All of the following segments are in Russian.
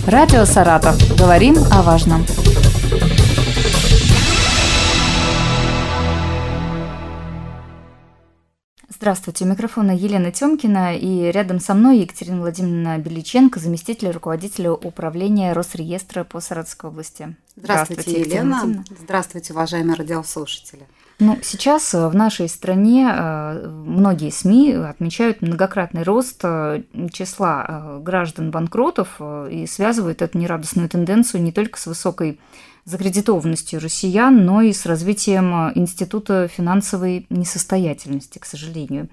Радио «Саратов». Говорим о важном. Здравствуйте, у микрофона Елена Тёмкина, и рядом со мной Екатерина Владимировна Беличенко, заместитель руководителя управления Росреестра по Саратовской области. Здравствуйте, Елена. Здравствуйте, уважаемые радиослушатели. Сейчас в нашей стране многие СМИ отмечают многократный рост числа граждан-банкротов и связывают эту нерадостную тенденцию не только с высокой закредитованностью россиян, но и с развитием института финансовой несостоятельности, к сожалению.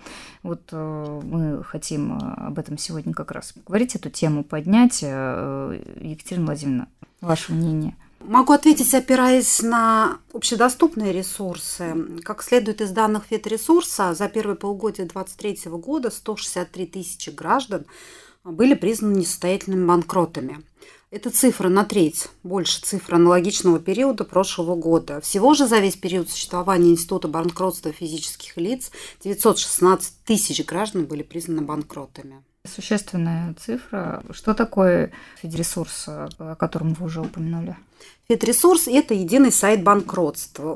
Мы хотим об этом сегодня как раз поговорить, эту тему поднять. Екатерина Владимировна, ваше мнение? Могу ответить, опираясь на общедоступные ресурсы. Как следует из данных Федресурса, за первые полугодие 2023 года 163 тысячи граждан были признаны несостоятельными банкротами. Это цифра на треть больше цифры аналогичного периода прошлого года. Всего же за весь период существования Института банкротства физических лиц 916 тысяч граждан были признаны банкротами. Существенная цифра. Что такое Федресурс, о котором вы уже упомянули? Федресурс – это единый сайт банкротства.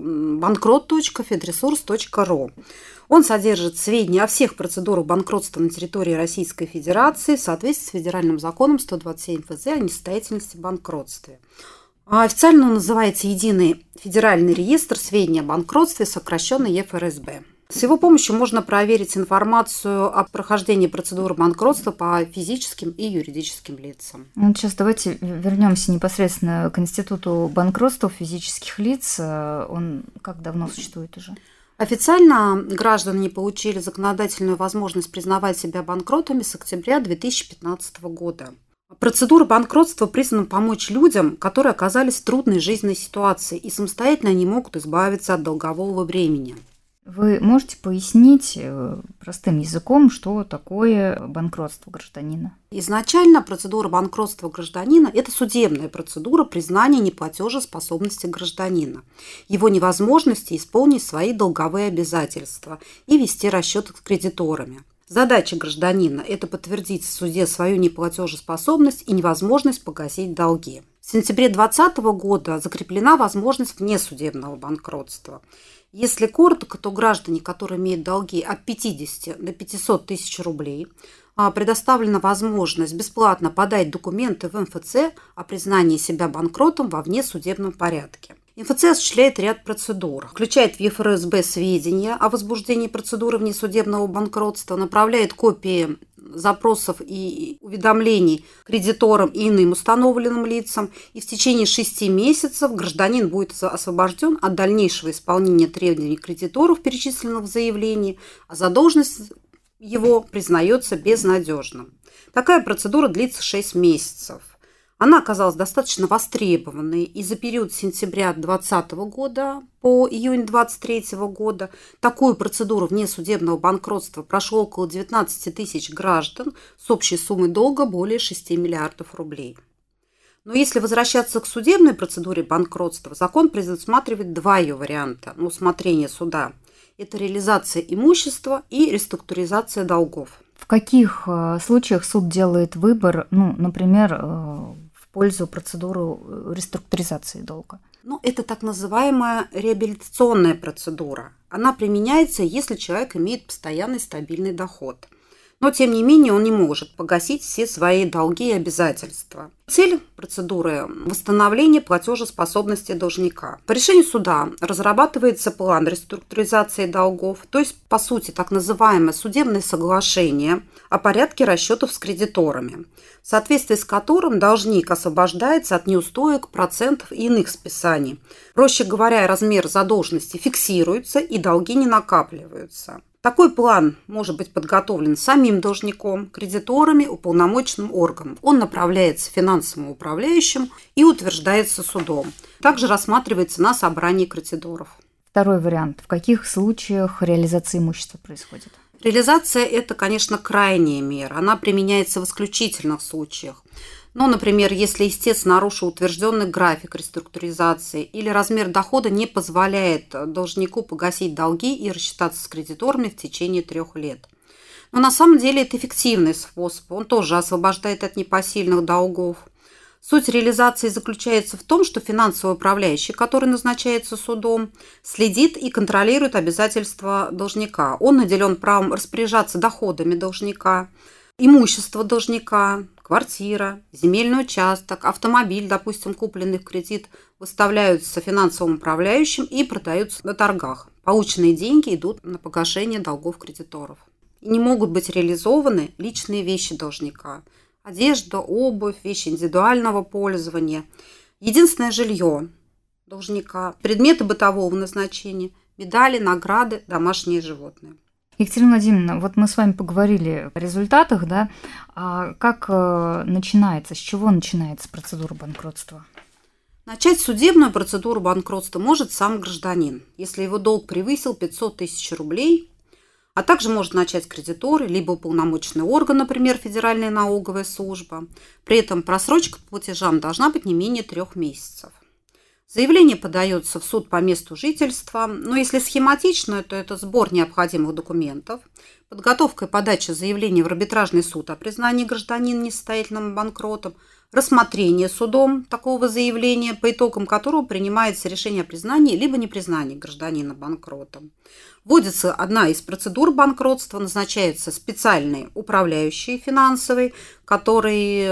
банкрот.федресурс.ру. Он содержит сведения о всех процедурах банкротства на территории Российской Федерации в соответствии с федеральным законом 127 ФЗ о несостоятельности в банкротстве. Официально он называется Единый федеральный реестр сведений о банкротстве, сокращенно ЕФРСБ. С его помощью можно проверить информацию о прохождении процедуры банкротства по физическим и юридическим лицам. Сейчас давайте вернемся непосредственно к Институту банкротства физических лиц. Он как давно существует уже? Официально граждане получили законодательную возможность признавать себя банкротами с октября 2015 года. Процедура банкротства призвана помочь людям, которые оказались в трудной жизненной ситуации и самостоятельно не могут избавиться от долгового бремени. Вы можете пояснить простым языком, что такое банкротство гражданина? Изначально процедура банкротства гражданина – это судебная процедура признания неплатежеспособности гражданина, его невозможности исполнить свои долговые обязательства и вести расчеты с кредиторами. Задача гражданина – это подтвердить в суде свою неплатежеспособность и невозможность погасить долги. В сентябре 2020 года закреплена возможность внесудебного банкротства. Если коротко, то граждане, которые имеют долги от 50 до 500 тысяч рублей, предоставлена возможность бесплатно подать документы в МФЦ о признании себя банкротом во внесудебном порядке. МФЦ осуществляет ряд процедур, включает в ЕФРСБ сведения о возбуждении процедуры внесудебного банкротства, направляет копии запросов и уведомлений кредиторам и иным установленным лицам, и в течение 6 месяцев гражданин будет освобожден от дальнейшего исполнения требований кредиторов, перечисленных в заявлении, а задолженность его признается безнадежным. Такая процедура длится 6 месяцев. Она оказалась достаточно востребованной, и за период с сентября 2020 года по июнь 2023 года такую процедуру внесудебного банкротства прошло около 19 тысяч граждан с общей суммой долга более 6 миллиардов рублей. Но если возвращаться к судебной процедуре банкротства, закон предусматривает два ее варианта на усмотрение суда. Это реализация имущества и реструктуризация долгов. В каких случаях суд делает выбор, например, в пользу процедуры реструктуризации долга? Это так называемая реабилитационная процедура. Она применяется, если человек имеет постоянный стабильный доход. Но, тем не менее, он не может погасить все свои долги и обязательства. Цель процедуры – восстановление платежеспособности должника. По решению суда разрабатывается план реструктуризации долгов, то есть, по сути, так называемое судебное соглашение о порядке расчетов с кредиторами, в соответствии с которым должник освобождается от неустоек, процентов и иных списаний. Проще говоря, размер задолженности фиксируется и долги не накапливаются. Такой план может быть подготовлен самим должником, кредиторами, уполномоченным органом. Он направляется финансовым управляющим и утверждается судом. Также рассматривается на собрании кредиторов. Второй вариант. В каких случаях реализация имущества происходит? Реализация – это, конечно, крайняя мера. Она применяется в исключительных случаях. Например, если истец нарушил утвержденный график реструктуризации или размер дохода не позволяет должнику погасить долги и рассчитаться с кредиторами в течение 3 лет. Но на самом деле это эффективный способ, он тоже освобождает от непосильных долгов. Суть реализации заключается в том, что финансовый управляющий, который назначается судом, следит и контролирует обязательства должника. Он наделен правом распоряжаться доходами должника, имущество должника, квартира, земельный участок, автомобиль, допустим, купленный в кредит, выставляются финансовым управляющим и продаются на торгах. Полученные деньги идут на погашение долгов кредиторов. И не могут быть реализованы личные вещи должника. Одежда, обувь, вещи индивидуального пользования. Единственное жилье должника, предметы бытового назначения, медали, награды, домашние животные. Екатерина Владимировна, вот мы с вами поговорили о результатах, да? А как начинается, с чего начинается процедура банкротства? Начать судебную процедуру банкротства может сам гражданин, если его долг превысил 500 тысяч рублей, а также может начать кредиторы, либо уполномоченный орган, например, Федеральная налоговая служба. При этом просрочка по платежам должна быть не менее 3 месяцев. Заявление подается в суд по месту жительства, но если схематично, то это сбор необходимых документов, подготовка и подача заявления в арбитражный суд о признании гражданина несостоятельным банкротом, рассмотрение судом такого заявления, по итогам которого принимается решение о признании либо непризнании гражданина банкротом. Вводится одна из процедур банкротства, назначается специальный управляющий финансовый, который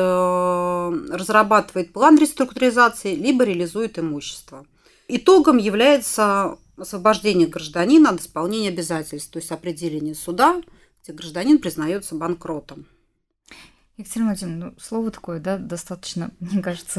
разрабатывает план реструктуризации либо реализует имущество. Итогом является освобождение гражданина от исполнения обязательств, то есть определение суда, где гражданин признается банкротом. Екатерина Владимировна, слово такое, да, достаточно, мне кажется,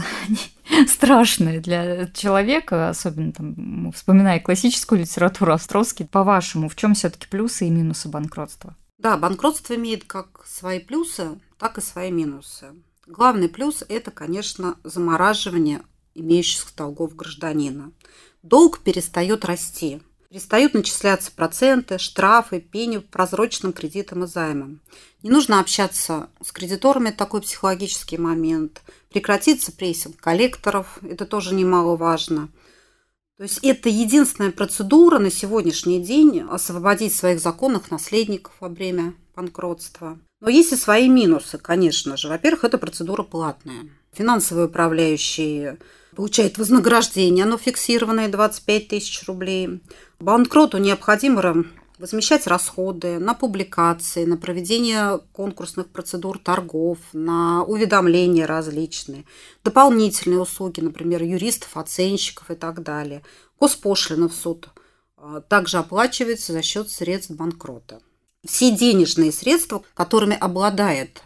страшное для человека, особенно там, вспоминая классическую литературу Островский. По-вашему, в чем все-таки плюсы и минусы банкротства? Да, банкротство имеет как свои плюсы, так и свои минусы. Главный плюс – это, конечно, замораживание имеющихся долгов гражданина. Долг перестает расти. Перестают начисляться проценты, штрафы, пени по просроченным кредитам и займам. Не нужно общаться с кредиторами, это такой психологический момент. Прекратится прессинг коллекторов, это тоже немаловажно. То есть это единственная процедура на сегодняшний день освободить своих законных наследников во время банкротства. Но есть и свои минусы, конечно же. Во-первых, эта процедура платная. Финансовый управляющий получает вознаграждение, оно фиксированное 25 тысяч рублей. Банкроту необходимо возмещать расходы на публикации, на проведение конкурсных процедур торгов, на уведомления различные, дополнительные услуги, например, юристов, оценщиков и так далее. Госпошлина в суд также оплачивается за счет средств банкрота. Все денежные средства, которыми обладает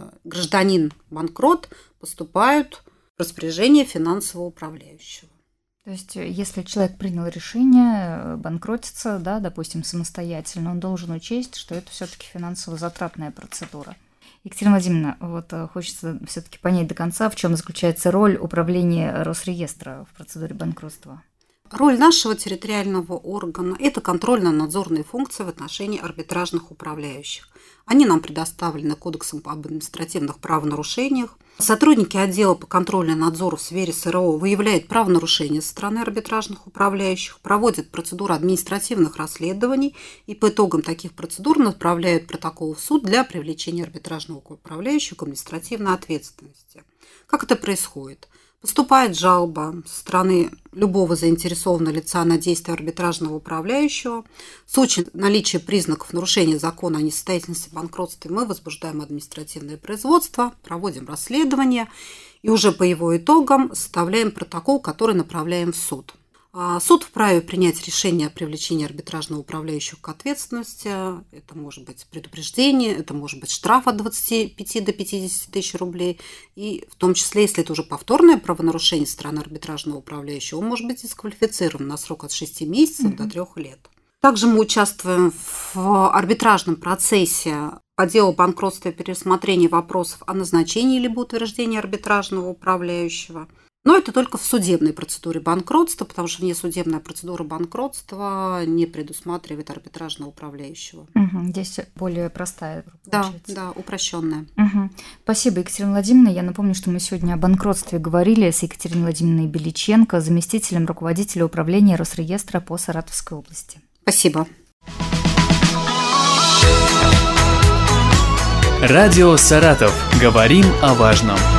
гражданин-банкрот, поступают в распоряжение финансового управляющего. То есть, если человек принял решение банкротиться, да, допустим, самостоятельно, он должен учесть, что это все-таки финансово-затратная процедура. Екатерина Владимировна, вот хочется все-таки понять до конца, в чем заключается роль управления Росреестра в процедуре банкротства. Роль нашего территориального органа – это контрольно-надзорные функции в отношении арбитражных управляющих. Они нам предоставлены Кодексом об административных правонарушениях. Сотрудники отдела по контролю и надзору в сфере СРО выявляют правонарушения со стороны арбитражных управляющих, проводят процедуру административных расследований и по итогам таких процедур направляют протокол в суд для привлечения арбитражного управляющего к административной ответственности. Как это происходит? Поступает жалоба со стороны любого заинтересованного лица на действия арбитражного управляющего. В случае наличия признаков нарушения закона о несостоятельности банкротства мы возбуждаем административное производство, проводим расследование и уже по его итогам составляем протокол, который направляем в суд. Суд вправе принять решение о привлечении арбитражного управляющего к ответственности. Это может быть предупреждение, это может быть штраф от 25 до 50 тысяч рублей. И в том числе, если это уже повторное правонарушение со стороны арбитражного управляющего, он может быть дисквалифицирован на срок от 6 месяцев до 3 лет. Также мы участвуем в арбитражном процессе по делу банкротства и пересмотрения вопросов о назначении либо утверждении арбитражного управляющего. Но это только в судебной процедуре банкротства, потому что внесудебная процедура банкротства не предусматривает арбитражного управляющего. Здесь более простая, получается. Да, упрощенная. Спасибо, Екатерина Владимировна. Я напомню, что мы сегодня о банкротстве говорили с Екатериной Владимировной Беличенко, заместителем руководителя управления Росреестра по Саратовской области. Спасибо. Радио «Саратов». Говорим о важном.